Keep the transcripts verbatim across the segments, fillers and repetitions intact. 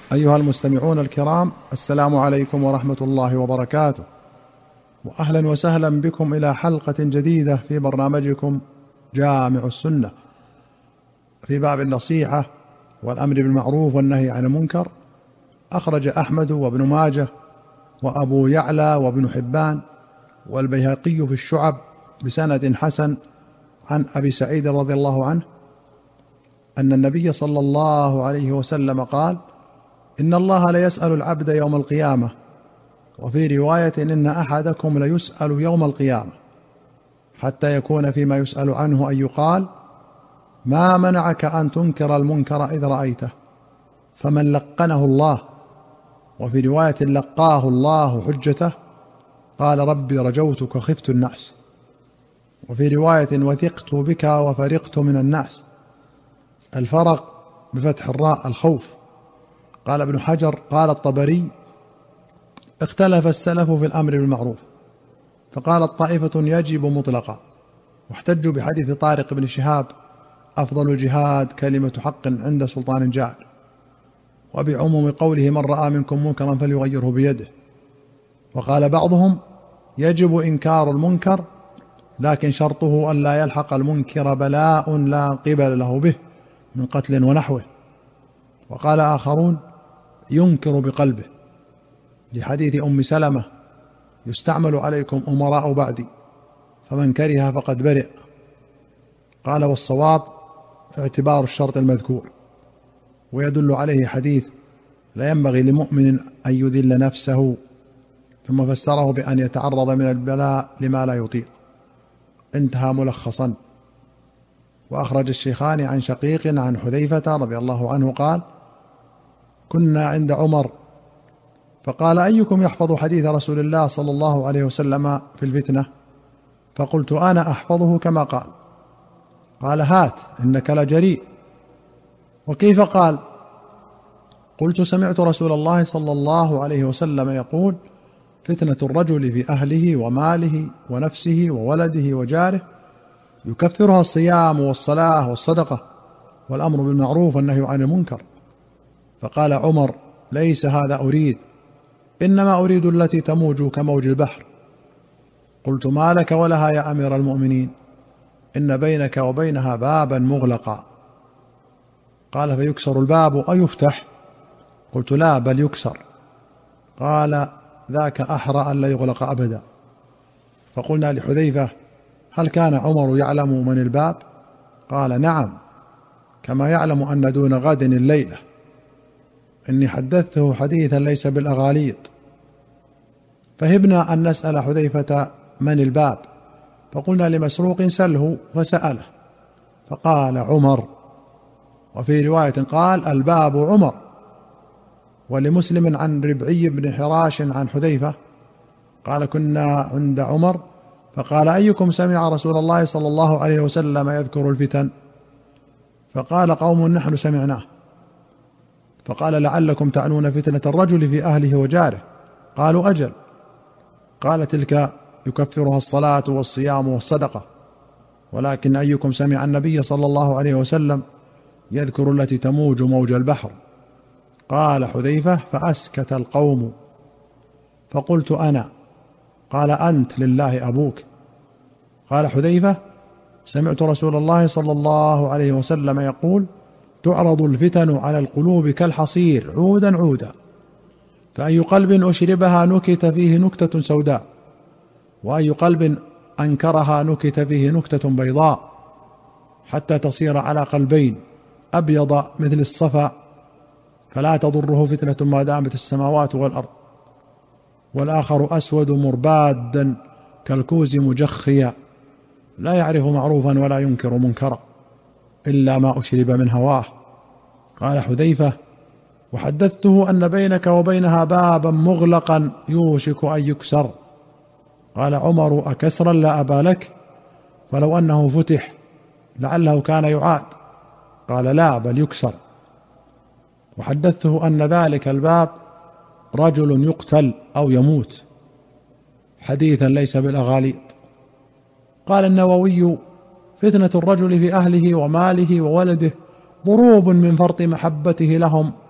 أيها المستمعون الكرام، السلام عليكم ورحمة الله وبركاته، وأهلا وسهلا بكم إلى حلقة جديدة في برنامجكم جامع السنة في باب النصيحة والأمر بالمعروف والنهي عن المنكر. أخرج أحمد وابن ماجه وأبو يعلى وابن حبان والبيهقي في الشعب بسند حسن عن أبي سعيد رضي الله عنه أن النبي صلى الله عليه وسلم قال: إن الله ليسأل العبد يوم القيامة، وفي رواية إن أحدكم ليسأل يوم القيامة حتى يكون فيما يسأل عنه أن يقال: ما منعك أن تنكر المنكر إذ رأيته؟ فمن لقنه الله، وفي رواية لقاه الله حجته، قال: ربي رجوتك خفت الناس. وفي رواية وثقت بك وفرقت من الناس. الفرق بفتح الراء الخوف. قال ابن حجر: قال الطبري: اختلف السلف في الأمر بالمعروف، فقالت طائفة يجب مطلقا، واحتجوا بحديث طارق بن شهاب: أفضل الجهاد كلمة حق عند سلطان جائر، وبعموم قوله: من رأى منكم منكرا فليغيره بيده. وقال بعضهم: يجب إنكار المنكر، لكن شرطه أن لا يلحق المنكر بلاء لا قبل له به من قتل ونحوه. وقال آخرون: ينكر بقلبه، لحديث أم سلمة: يستعمل عليكم أمراء بعدي، فمن كره فقد برئ. قال: والصواب اعتبار الشرط المذكور، ويدل عليه حديث: لا ينبغي لمؤمن أن يذل نفسه، ثم فسره بأن يتعرض من البلاء لما لا يطيق. انتهى ملخصا. وأخرج الشيخان عن شقيق عن حذيفة رضي الله عنه قال: كنا عند عمر فقال: أيكم يحفظ حديث رسول الله صلى الله عليه وسلم في الفتنة؟ فقلت: أنا أحفظه كما قال. قال: هات إنك لجريء. وكيف قال؟ قلت: سمعت رسول الله صلى الله عليه وسلم يقول: فتنة الرجل في أهله وماله ونفسه وولده وجاره يكفرها الصيام والصلاة والصدقة والأمر بالمعروف والنهي عن المنكر. فقال عمر: ليس هذا أريد، إنما أريد التي تموج كموج البحر. قلت: ما لك ولها يا أمير المؤمنين؟ إن بينك وبينها بابا مغلقا. قال: فيكسر الباب أو يفتح؟ قلت: لا، بل يكسر. قال: ذاك أحرى أن لا يغلق أبدا. فقلنا لحذيفة: هل كان عمر يعلم من الباب؟ قال: نعم، كما يعلم أن دون غد الليلة. إني حدثته حديثا ليس بالأغاليط. فهبنا أن نسأل حذيفة من الباب، فقلنا لمسروق: سله. فسأله فقال: عمر. وفي رواية قال: الباب عمر. ولمسلم عن ربعي بن حراش عن حذيفة قال: كنا عند عمر فقال: أيكم سمع رسول الله صلى الله عليه وسلم يذكر الفتن؟ فقال قوم: نحن سمعناه. فقال: لعلكم تعنون فتنة الرجل في أهله وجاره. قالوا: أجل. قال: تلك يكفرها الصلاة والصيام والصدقة، ولكن أيكم سمع النبي صلى الله عليه وسلم يذكر التي تموج موج البحر؟ قال حذيفة: فأسكت القوم. فقلت: أنا. قال: أنت لله أبوك. قال حذيفة: سمعت رسول الله صلى الله عليه وسلم يقول: تعرض الفتن على القلوب كالحصير عودا عودا، فأي قلب أشربها نكت فيه نكتة سوداء، وأي قلب أنكرها نكت فيه نكتة بيضاء، حتى تصير على قلبين: أبيض مثل الصفا، فلا تضره فتنة ما دامت السماوات والأرض، والآخر أسود مربادا كالكوز مجخيا، لا يعرف معروفا ولا ينكر منكرا إلا ما أشرب من هواه. قال حذيفة: وحدثته أن بينك وبينها بابا مغلقا يوشك أن يكسر. قال عمر: أكسرا لا أبا لك؟ فلو أنه فتح لعله كان يعاد. قال: لا، بل يكسر. وحدثته أن ذلك الباب رجل يقتل أو يموت، حديثا ليس بالأغاليط. قال النووي: فتنة الرجل في أهله وماله وولده ضروب من فرط محبته لهم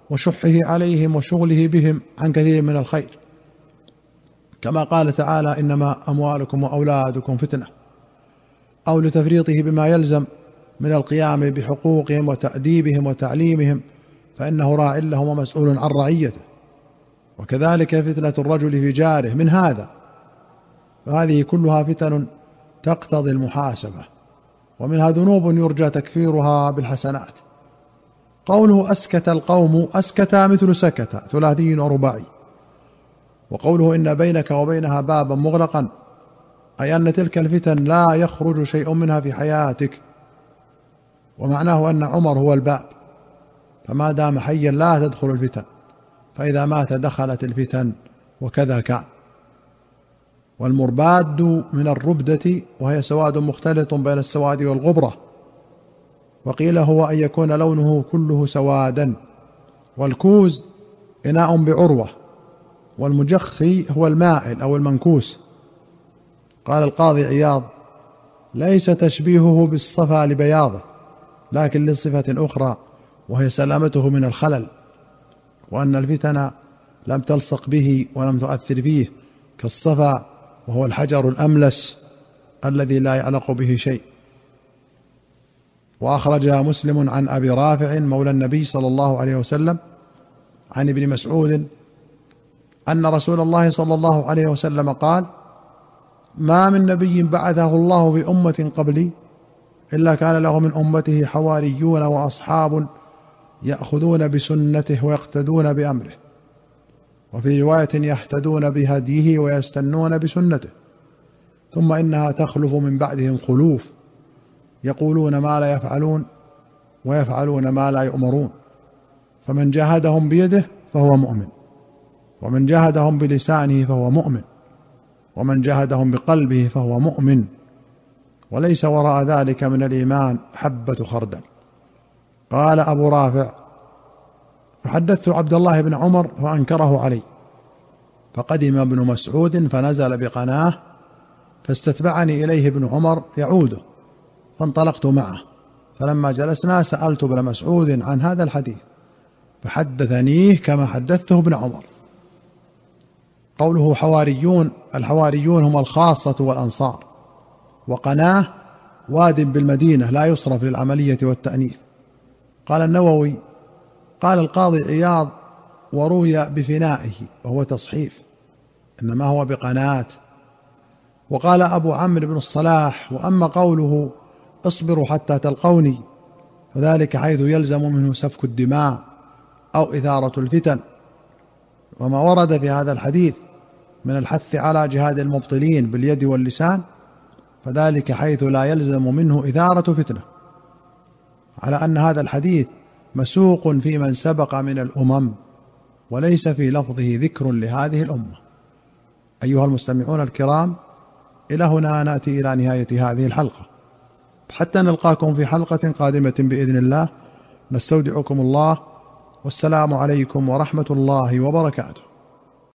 وشحه عليهم وشغله بهم عن كثير من الخير، كما قال تعالى: إنما أموالكم وأولادكم فتنة، أو لتفريطه بما يلزم من القيام بحقوقهم وتأديبهم وتعليمهم، فإنه راع لهم ومسؤول عن رعيته. وكذلك فتنة الرجل في جاره من هذا، فهذه كلها فتن تقتضي المحاسبة، ومنها ذنوب يرجى تكفيرها بالحسنات. قوله أسكت القوم، أسكت مثل سكت، ثلاثي ورباعي. وقوله إن بينك وبينها بابا مغلقا، أي أن تلك الفتن لا يخرج شيء منها في حياتك، ومعناه أن عمر هو الباب، فما دام حيا لا تدخل الفتن، فإذا مات دخلت الفتن، وكذا كان. والمرباد من الربدة، وهي سواد مختلط بين السواد والغبرة، وقيل هو أن يكون لونه كله سوادا. والكوز إناء بعروة، والمجخي هو المائل أو المنكوس. قال القاضي عياض: ليس تشبيهه بالصفا لبياضه، لكن لصفة أخرى وهي سلامته من الخلل، وأن الفتن لم تلصق به ولم تؤثر فيه كالصفا، وهو الحجر الأملس الذي لا يعلق به شيء. وأخرج مسلم عن أبي رافع مولى النبي صلى الله عليه وسلم عن ابن مسعود أن رسول الله صلى الله عليه وسلم قال: ما من نبي بعثه الله بأمة قبلي إلا كان له من أمته حواريون وأصحاب يأخذون بسنته ويقتدون بأمره، وفي رواية يهتدون بهديه ويستنون بسنته، ثم إنها تخلف من بعدهم خلوف يقولون ما لا يفعلون ويفعلون ما لا يؤمرون، فمن جاهدهم بيده فهو مؤمن، ومن جاهدهم بلسانه فهو مؤمن، ومن جاهدهم بقلبه فهو مؤمن، وليس وراء ذلك من الإيمان حبة خردل. قال أبو رافع: فحدثت عبد الله بن عمر فأنكره علي، فقدم ابن مسعود فنزل بقناه، فاستتبعني إليه ابن عمر يعوده، فانطلقت معه، فلما جلسنا سألت ابن مسعود عن هذا الحديث، فحدثنيه كما حدثته ابن عمر. قوله حواريون، الحواريون هم الخاصة والأنصار. وقناه واد بالمدينة لا يصرف للعملية والتأنيث. قال النووي: قال القاضي عياض: وروي بفنائه، وهو تصحيف، إنما هو بقناة. وقال أبو عمرو بن الصلاح: وأما قوله اصبروا حتى تلقوني، فذلك حيث يلزم منه سفك الدماء أو إثارة الفتن. وما ورد في هذا الحديث من الحث على جهاد المبطلين باليد واللسان، فذلك حيث لا يلزم منه إثارة فتنة، على أن هذا الحديث مسوق في من سبق من الأمم، وليس في لفظه ذكر لهذه الأمة. أيها المستمعون الكرام، إلى هنا نأتي إلى نهاية هذه الحلقة، حتى نلقاكم في حلقة قادمة بإذن الله. نستودعكم الله، والسلام عليكم ورحمة الله وبركاته.